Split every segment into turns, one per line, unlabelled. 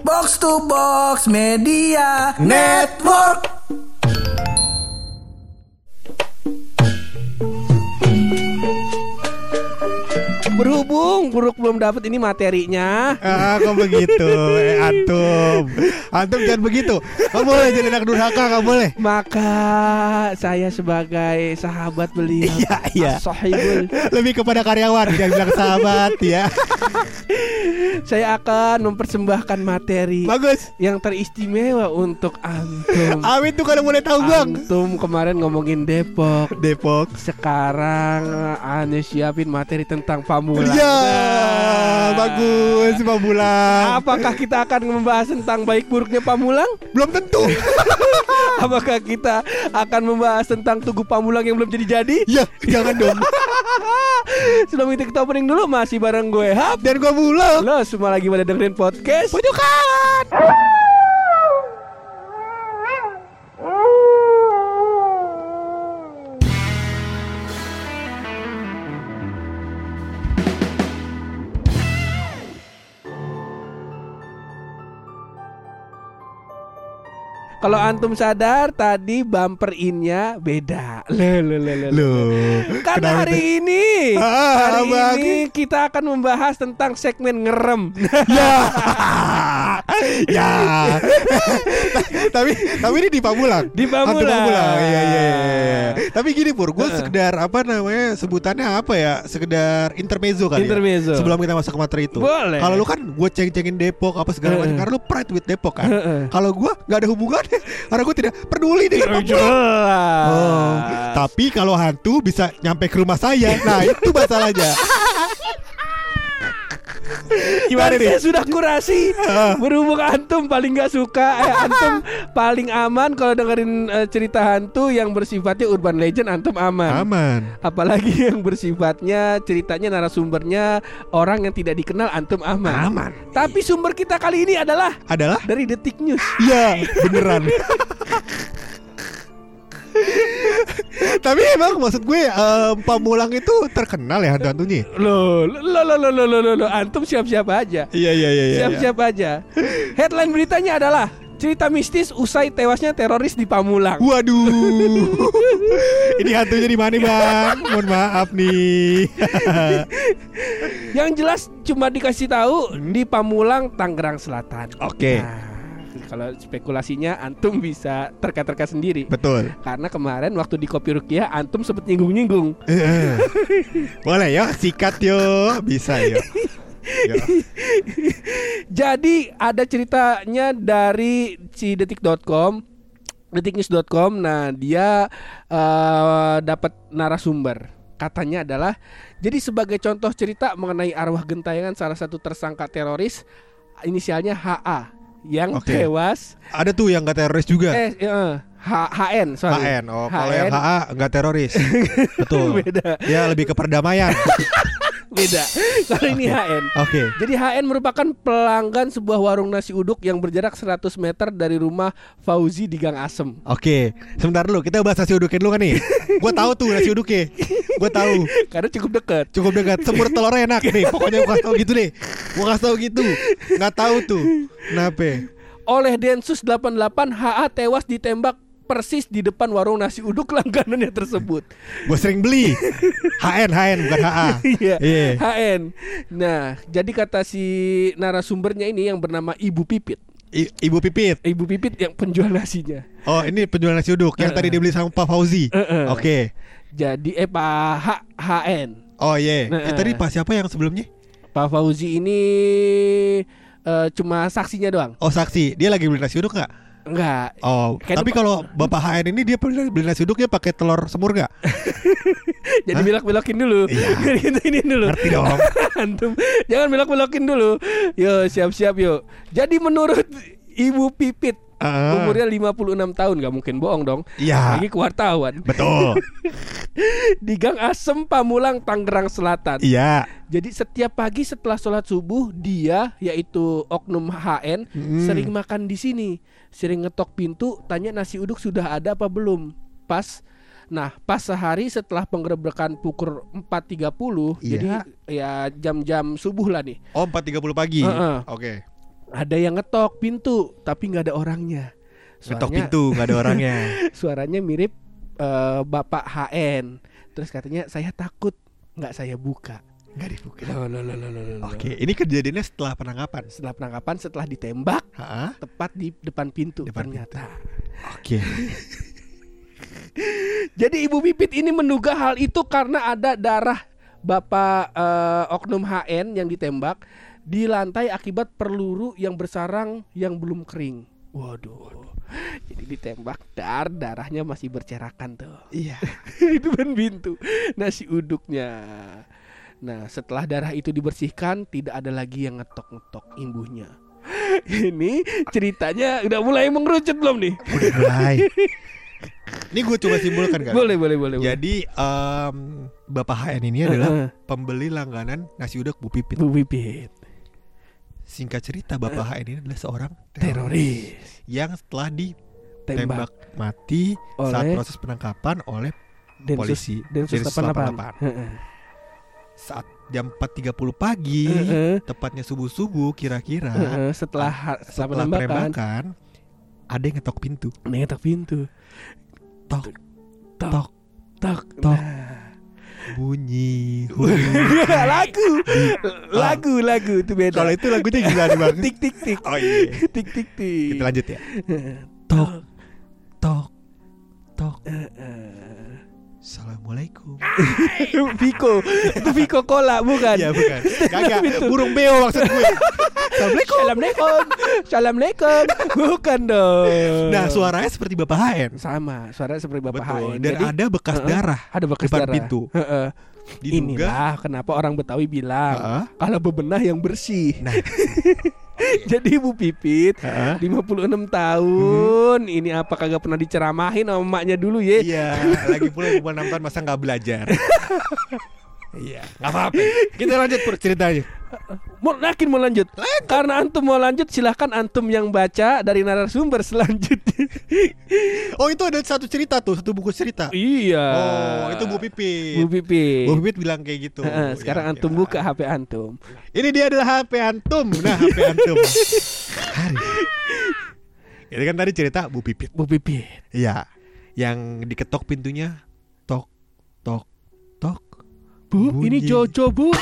Box to Box Media Network.
Berhubung Buruk belum dapat ini materinya.
Kok begitu? Antum jangan begitu. Gak boleh jadi anak durhaka, gak boleh.
Maka saya sebagai sahabat beliau,
Iya.
sahibul,
Lebih kepada karyawan, jangan bilang sahabat ya.
saya akan mempersembahkan materi
Bagus.
yang teristimewa untuk antum.
Amin tuh kalau boleh tahu bang.
Antum kemarin ngomongin Depok.
Sekarang
Ane siapin materi tentang Pamulang.
ya, bagus Pamulang.
Apakah kita akan membahas tentang baik buruknya Pamulang?
Belum tentu.
Apakah kita akan membahas tentang Tugu Pamulang yang belum jadi-jadi?
Ya, jangan dong.
Sebelum itu kita opening dulu, masih bareng gue Hap
Dan gua Pulang.
Lo semua lagi pada dengerin podcast
Pojokan.
Kalau antum sadar tadi bumper in-nya beda.
Loh,
Karena
kenapa
hari ini
Bang.
kita akan membahas tentang segmen ngerem.
Ya. tapi ini di Pamulang.
Di Pamulang.
Antum Pamulang. Iya. Tapi gini Pur, gue sekedar apa namanya sebutannya apa ya? Sekedar intermezzo kali.
Intermezzo.
Ya? Sebelum kita masuk ke materi itu.
Boleh.
Kalau lu kan gue ceng-cengin Depok apa segala macam karena lu pride with Depok kan. Kalau gue nggak ada hubungannya karena gue tidak peduli dengan Pamulang. Oh, tapi kalau hantu bisa nyampe ke rumah saya. Nah, itu masalahnya. Gimana
Saya
nih?
sudah kurasi. Berhubung antum paling gak suka, antum paling aman kalau dengerin cerita hantu yang bersifatnya urban legend, antum aman. Apalagi yang bersifatnya ceritanya narasumbernya orang yang tidak dikenal, antum aman. Tapi sumber kita kali ini adalah dari Detik News.
Iya, beneran. Tapi emang maksud gue Pamulang itu terkenal ya hantu-hantunya.
Loh, antum siap-siap aja.
Iya.
Siap-siap aja. Headline beritanya adalah cerita mistis usai tewasnya teroris di Pamulang.
Waduh. Ini hantunya di mana, Bang? Mohon maaf nih.
Yang jelas cuma dikasih tahu di Pamulang, Tangerang Selatan.
Oke.
Nah, kalau spekulasinya antum bisa terka-terka sendiri.
Betul.
Karena kemarin waktu di Kopi Rukiah antum sempet nyinggung-nyinggung.
Boleh ya, sikat yo. Bisa yo.
Jadi ada ceritanya dari si detiknews.com. Nah, dia dapat narasumber. Katanya adalah jadi sebagai contoh cerita mengenai arwah gentayangan salah satu tersangka teroris inisialnya HA yang tewas.
Ada tuh yang gak teroris juga.
HN, sorry.
HN. Oh, kalau yang HA gak teroris. Betul.
Beda.
Dia lebih ke perdamaian.
Beda. Kalau ini HN.
Oke.
Jadi HN merupakan pelanggan sebuah warung nasi uduk yang berjarak 100 meter dari rumah Fauzi di Gang Asem.
Oke. Sebentar dulu, kita bahas nasi uduknya dulu kan nih. Gue tahu tuh nasi uduknya. Gue tahu.
Karena cukup dekat.
Semur telurnya enak nih. Pokoknya gue kasih tahu gitu deh. Gue kasih tahu gitu. Nggak tahu tuh. Kenapa?
Oleh Densus 88, HA tewas ditembak persis di depan warung nasi uduk langganannya tersebut.
Gue sering beli. HN bukan HA.
Iya. HN. Nah, jadi kata si narasumbernya ini yang bernama Ibu Pipit.
Ibu Pipit
yang penjual nasinya.
Oh, ini penjual nasi uduk yang tadi dibeli sama Pak Fauzi. Oke.
Jadi Pak HN.
Oh iya. Tadi Pak siapa yang sebelumnya?
Pak Fauzi ini cuma saksinya doang.
Oh, saksi. Dia lagi beli nasi uduk nggak?
Enggak.
Oh, tapi kalau Bapak HN ini dia beli nasi uduknya pakai telur semur nggak?
Jadi belok-belokin dulu. Ini dulu.
Ngerti dong.
Antum jangan belok-belokin dulu. Yo, siap-siap yuk. Jadi menurut Ibu Pipit, umurnya 56 tahun, gak mungkin bohong dong.
Iya.
Lagi wartawan.
Betul.
Di Gang Asem, Pamulang, Tangerang Selatan.
Iya.
Jadi setiap pagi setelah sholat subuh, dia yaitu oknum HN sering makan di sini. Sering ngetok pintu, tanya nasi uduk sudah ada apa belum. Pas sehari setelah penggerebekan pukul 4.30, jadi ya jam-jam subuh lah nih.
Oh, 4.30 pagi. Oke.
Ada yang ngetok pintu tapi nggak ada orangnya.
Ngetok pintu nggak ada orangnya.
Suaranya mirip Bapak HN. Terus katanya saya takut, nggak saya buka.
Nggak dibuka.
Oke,
ini kejadiannya setelah penangkapan.
Setelah ditembak, tepat di depan pintu ternyata.
Oke.
Jadi Ibu Pipit ini menduga hal itu karena ada darah Bapak oknum HN yang ditembak di lantai akibat peluru yang bersarang yang belum kering. Waduh. Jadi ditembak darahnya masih berserakan tuh.
Iya.
Itu kan pintu nasi uduknya. Nah, setelah darah itu dibersihkan, tidak ada lagi yang ngetok-ngetok imbuhnya. Ini ceritanya udah mulai mengerucut belum nih?
Mulai. Ini gue coba simpulkan kan.
Boleh.
Jadi Bapak HN ini adalah pembeli langganan nasi uduk Bu Pipit. Singkat cerita Bapak HN ini adalah seorang teroris yang setelah ditembak mati saat proses penangkapan oleh polisi Densus 88. Saat jam 4.30 pagi, tepatnya subuh-subuh kira-kira, setelah penembakan, ada yang ngetok pintu. Tok. Bunyi lagu itu beda. Kalau itu lagunya gimana Bang?
Tik.
Oh iya.
Tik.
Kita lanjut ya. Tok. Assalamualaikum.
Viko. Itu Viko Cola bukan?
Iya bukan. Kagak. Burung beo maksud gue.
Assalamualaikum. Bukan dong.
Nah, suaranya seperti Bapak HN.
Sama, suaranya seperti Bapak HN.
Dan jadi, ada bekas darah.
Ada bekas
depan
darah.
Pintu.
Inilah kenapa orang Betawi bilang kalau bebenah yang bersih.
Nah.
Jadi Ibu Pipit 56 tahun ini apa kagak pernah diceramahin sama emaknya dulu ya?
Iya, lagi pula 56 tahun masa gak belajar. Iya, gak apa-apa. Kita lanjut ceritanya.
Mau lanjut? Karena antum mau lanjut silahkan antum yang baca dari narasumber selanjutnya.
Oh itu ada satu cerita tuh, satu buku cerita.
Iya.
Oh itu Bu Pipit.
Bu Pipit
bilang kayak gitu.
Sekarang antum buka HP antum.
Ini dia adalah HP antum. Nah HP antum. Ini kan tadi cerita Bu Pipit. Iya. Yang diketok pintunya. Tok.
Bu, bunyi. Ini Jojo Bu.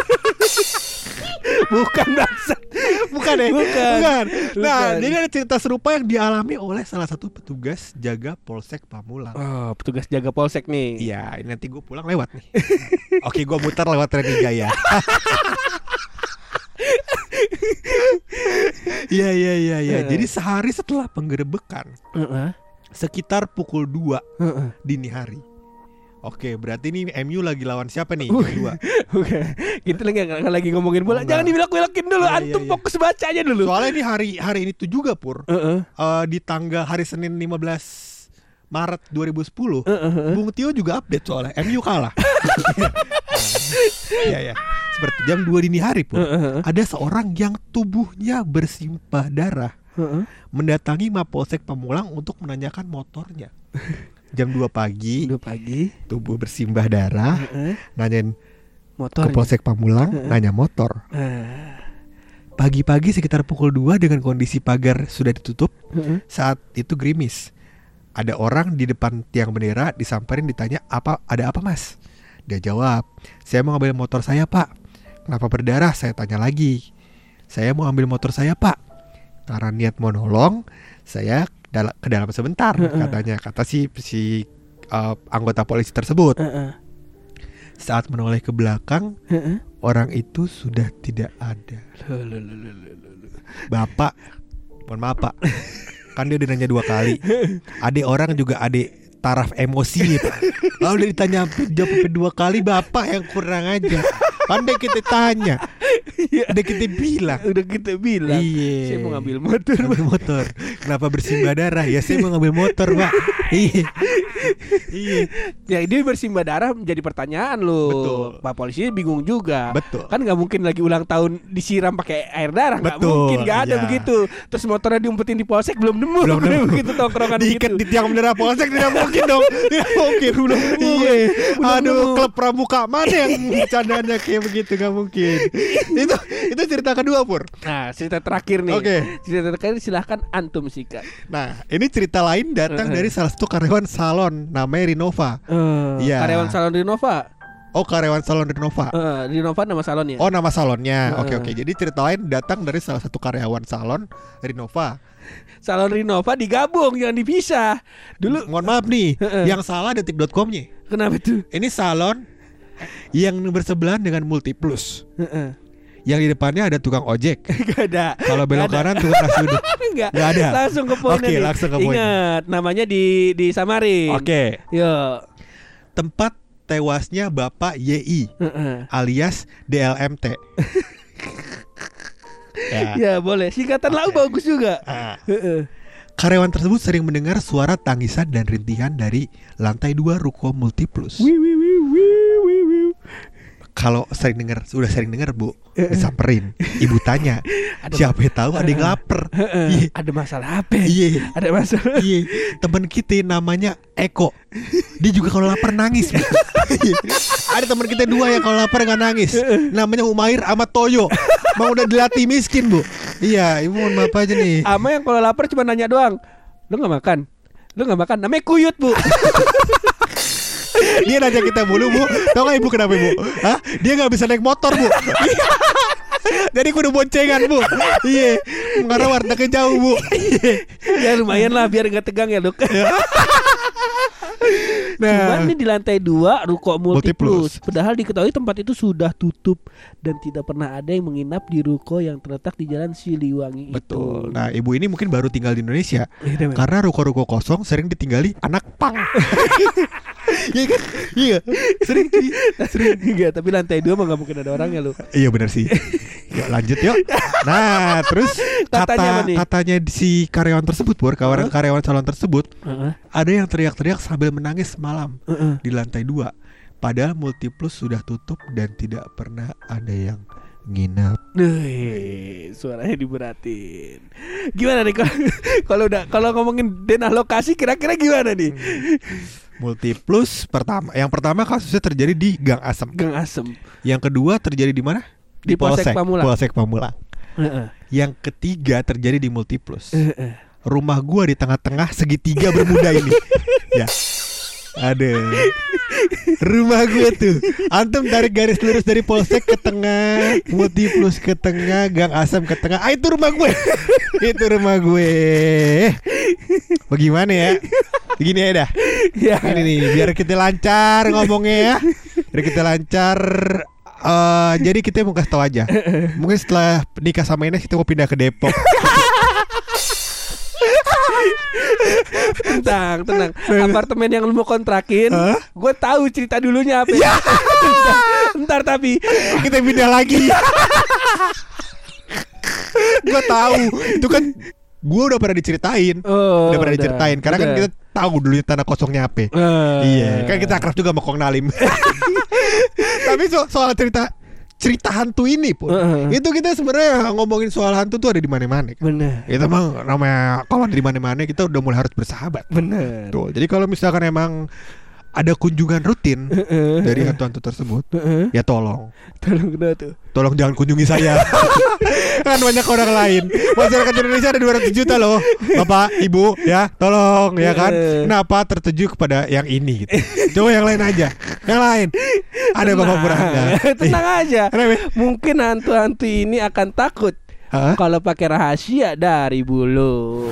Bukan bangsat.
Bukan. Nah, jadi ada cerita serupa yang dialami oleh salah satu petugas jaga Polsek Pamulang.
Oh, petugas jaga Polsek nih.
Iya, ini nanti gue pulang lewat nih. Oke, gue muter lewat Reni Jaya. Iya. Jadi sehari setelah penggerebekan, sekitar pukul 2 dini hari. Oke, berarti ini MU lagi lawan siapa nih? Jam 2.
Oke. Kita lagi ngomongin bola. Jangan dibelok-belokin dulu. Antum fokus baca aja dulu.
Soalnya ini hari ini tuh juga Pur. Di tanggal hari Senin 15 Maret 2010, Bung Tio juga update soalnya MU kalah. Iya. Seperti jam 2 dini hari Pur. Ada seorang yang tubuhnya bersimpah darah mendatangi Mapolsek Pamulang untuk menanyakan motornya. Jam 2 pagi, tubuh bersimbah darah, nanyain motor ke Polsek Pamulang, nanya motor. Pagi-pagi sekitar pukul 2 dengan kondisi pagar sudah ditutup, saat itu gerimis. Ada orang di depan tiang bendera disamperin ditanya, ada apa mas? Dia jawab, saya mau ngambil motor saya pak. Kenapa berdarah? Saya tanya lagi. Saya mau ambil motor saya pak. Karena niat mau nolong, saya ke dalam sebentar katanya, kata si anggota polisi tersebut. Saat menoleh ke belakang, orang itu sudah tidak ada. Bapak, mohon maaf pak, kan dia udah nanya 2 kali. Adik orang juga adik taraf emosi nih pak. Lalu dia ditanya jawab 2 kali, bapak yang kurang aja. Pandai kita tanya. Udah kita bilang. Iya.
Saya mau ngambil
motor. Kenapa bersimbah darah? Ya saya mau ngambil motor, Pak. Iya.
Ya dia bersimbah darah menjadi pertanyaan loh.
Betul.
Pak polisi bingung juga.
Betul.
Kan nggak mungkin lagi ulang tahun disiram pakai air darah. Nggak mungkin, nggak ada begitu. Terus motornya diumpetin di polsek belum nemu. Begitu tongkrongan
diikat di tiang bendera polsek tidak mungkin dong. Tidak mungkin. Belum nemu. Aduh, klub pramuka mana yang bercandanya kayak begitu? Nggak mungkin. Itu Itu cerita kedua, Pur.
Nah, cerita terakhir nih.
Oke.
Cerita terakhir silahkan antum sikat.
Nah, ini cerita lain datang dari salah satu karyawan salon namanya Rinova. Iya.
Karyawan salon Rinova.
Oh, karyawan salon Rinova.
Rinova nama salonnya.
Oh, nama salonnya. Oke. Jadi cerita lain datang dari salah satu karyawan salon Rinova.
Salon Rinova digabung, jangan dipisah. Dulu
mohon maaf nih, yang salah detik.com-nya.
Kenapa tuh?
Ini salon yang bersebelahan dengan Multiplus. Yang di depannya ada tukang ojek.
Gak ada.
Kalau belok kanan tukang nasi uduk.
Gak
ada.
Langsung ke poinnya.
Oke, langsung ke poinnya.
Ingat, namanya disamarin.
Oke.
Yo.
Tempat tewasnya Bapak YI alias DLMT.
Ya boleh. Singkatan lalu bagus juga.
Karyawan tersebut sering mendengar suara tangisan dan rintihan dari lantai 2 ruko Multiplus. Kalau sudah sering dengar, Bu, disamperin. Ibu tanya, siapa yang tahu ada yang lapar.
Ada masalah apa?
Iya.
Ada masalah.
Iya. Teman kita namanya Eko. Dia juga kalau lapar nangis. Ada teman kita 2 yang kalau lapar nggak nangis. Namanya Umair sama Toyo. Mau udah dilatih miskin, Bu. Iya, ibu mohon maaf aja nih.
Ama yang kalau lapar cuma nanya doang. Lu nggak makan? Namanya Kuyut, Bu.
Dia nanya kita mulu, Bu. Tahu gak ibu kenapa, Bu? Hah? Dia gak bisa naik motor, Bu. Jadi kudu boncengan, Bu. Iya. Karena wartegnya jauh, Bu.
Ya lumayan lah biar gak tegang ya, Dok. Cuman ini di lantai 2 ruko Multiplus. Padahal diketahui tempat itu sudah tutup dan tidak pernah ada yang menginap di ruko yang terletak di Jalan Siliwangi.
Betul. Nah, ibu ini mungkin baru tinggal di Indonesia. Karena ruko-ruko kosong sering ditinggali anak pang. Iya kan? Iya. Sering.
Enggak, tapi lantai 2 mah gak mungkin ada orangnya, lu.
Iya benar sih. Yuk lanjut yuk. Nah, terus katanya si karyawan tersebut, karyawan salon tersebut, ada yang teriak-teriak sambil menangis malam di lantai 2. Padahal Multiplus sudah tutup dan tidak pernah ada yang nginap.
Suaranya diberatin. Gimana nih kalau ngomongin denah lokasi kira-kira gimana nih?
Multiplus yang pertama kasusnya terjadi di Gang Asem. Yang kedua terjadi di mana?
Di Polsek
Pamulang. Yang ketiga terjadi di Multiplus. Rumah gua di tengah-tengah segitiga bermuda ini. Ya. Ada rumah gue tuh. Antum tarik garis lurus dari Polsek ke tengah, Multiplus ke tengah, Gang Asem ke tengah. Itu rumah gue. Itu rumah gue. Bagaimana ya? Begini ya dah. Ini nih biar kita lancar ngomongnya ya. Biar kita lancar. Jadi kita mau kasih tahu aja. Mungkin setelah nikah sama Ines kita mau pindah ke Depok.
Tenang. Apartemen yang lu mau kontrakin, gue tahu cerita dulunya apa. Ntar tapi
kita pindah lagi. Gue tahu itu kan. Gue udah pernah diceritain. Karena kan kita tahu dulunya tanah kosongnya apa. Iya, kan kita akrab juga sama Kong Nalim. Tapi soal cerita hantu ini pun itu kita sebenarnya ngomongin soal hantu tuh ada di mana-mana kan?
Bener.
Itu emang namanya kalau di mana-mana kita udah mulai harus bersahabat.
Bener.
Tuh, jadi kalau misalkan emang ada kunjungan rutin dari hantu-hantu tersebut, ya tolong
kenapa tuh?
Tolong jangan kunjungi saya. Kan banyak orang lain. Masyarakat Indonesia ada 200 juta loh, Bapak, Ibu, ya tolong ya kan. Kenapa tertuju kepada yang ini gitu? Coba yang lain aja. Yang lain ada Bapak Puranda.
Tenang aja. Mungkin hantu-hantu ini akan takut kalau pakai rahasia dari bulu.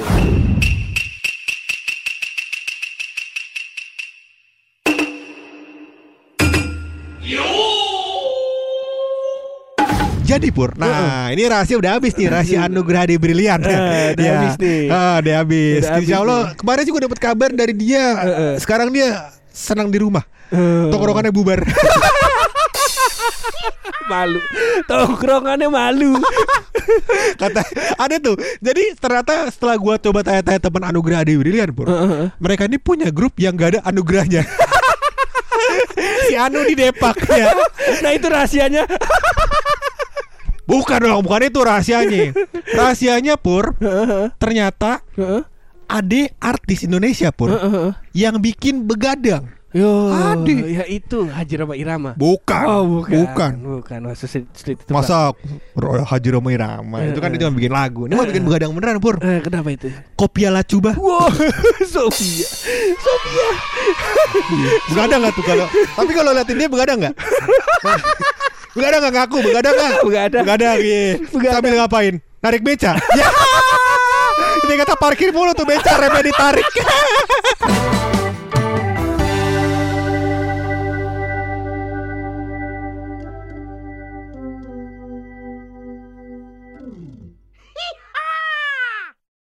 Jadi Pur, ini rahasia udah habis nih, rahasia anugerah di Brilian.
Udah habis nih.
Udah habis. Insya Allah kemarin sih gue dapat kabar dari dia. Sekarang dia senang di rumah. Tongkrongannya bubar.
Malu. Tongkrongannya malu.
Kata ada tuh. Jadi ternyata setelah gue coba tanya-tanya teman anugerah di Brilian Pur, mereka ini punya grup yang gak ada anugerahnya. Si Anu di Depak ya.
Nah itu rahasianya.
Bukan itu rahasianya. Rahasianya Pur, ternyata ada artis Indonesia Pur yang bikin begadang.
Ya itu Haji Roma Irama.
Bukan.
Bukan.
Masa Haji Roma Irama itu kan itu yang bikin lagu. Ini mah bikin begadang beneran, Pur.
Kenapa itu?
Kopia Lacuba.
Wow, Sofia.
Begadang enggak tuh kalau? Tapi kalau liatin dia begadang enggak? Begadang enggak ngaku? Begadang. Iya. Sambil ngapain? Narik beca. Ya. Ini kata parkir mulu tuh beca, remnya ditarik.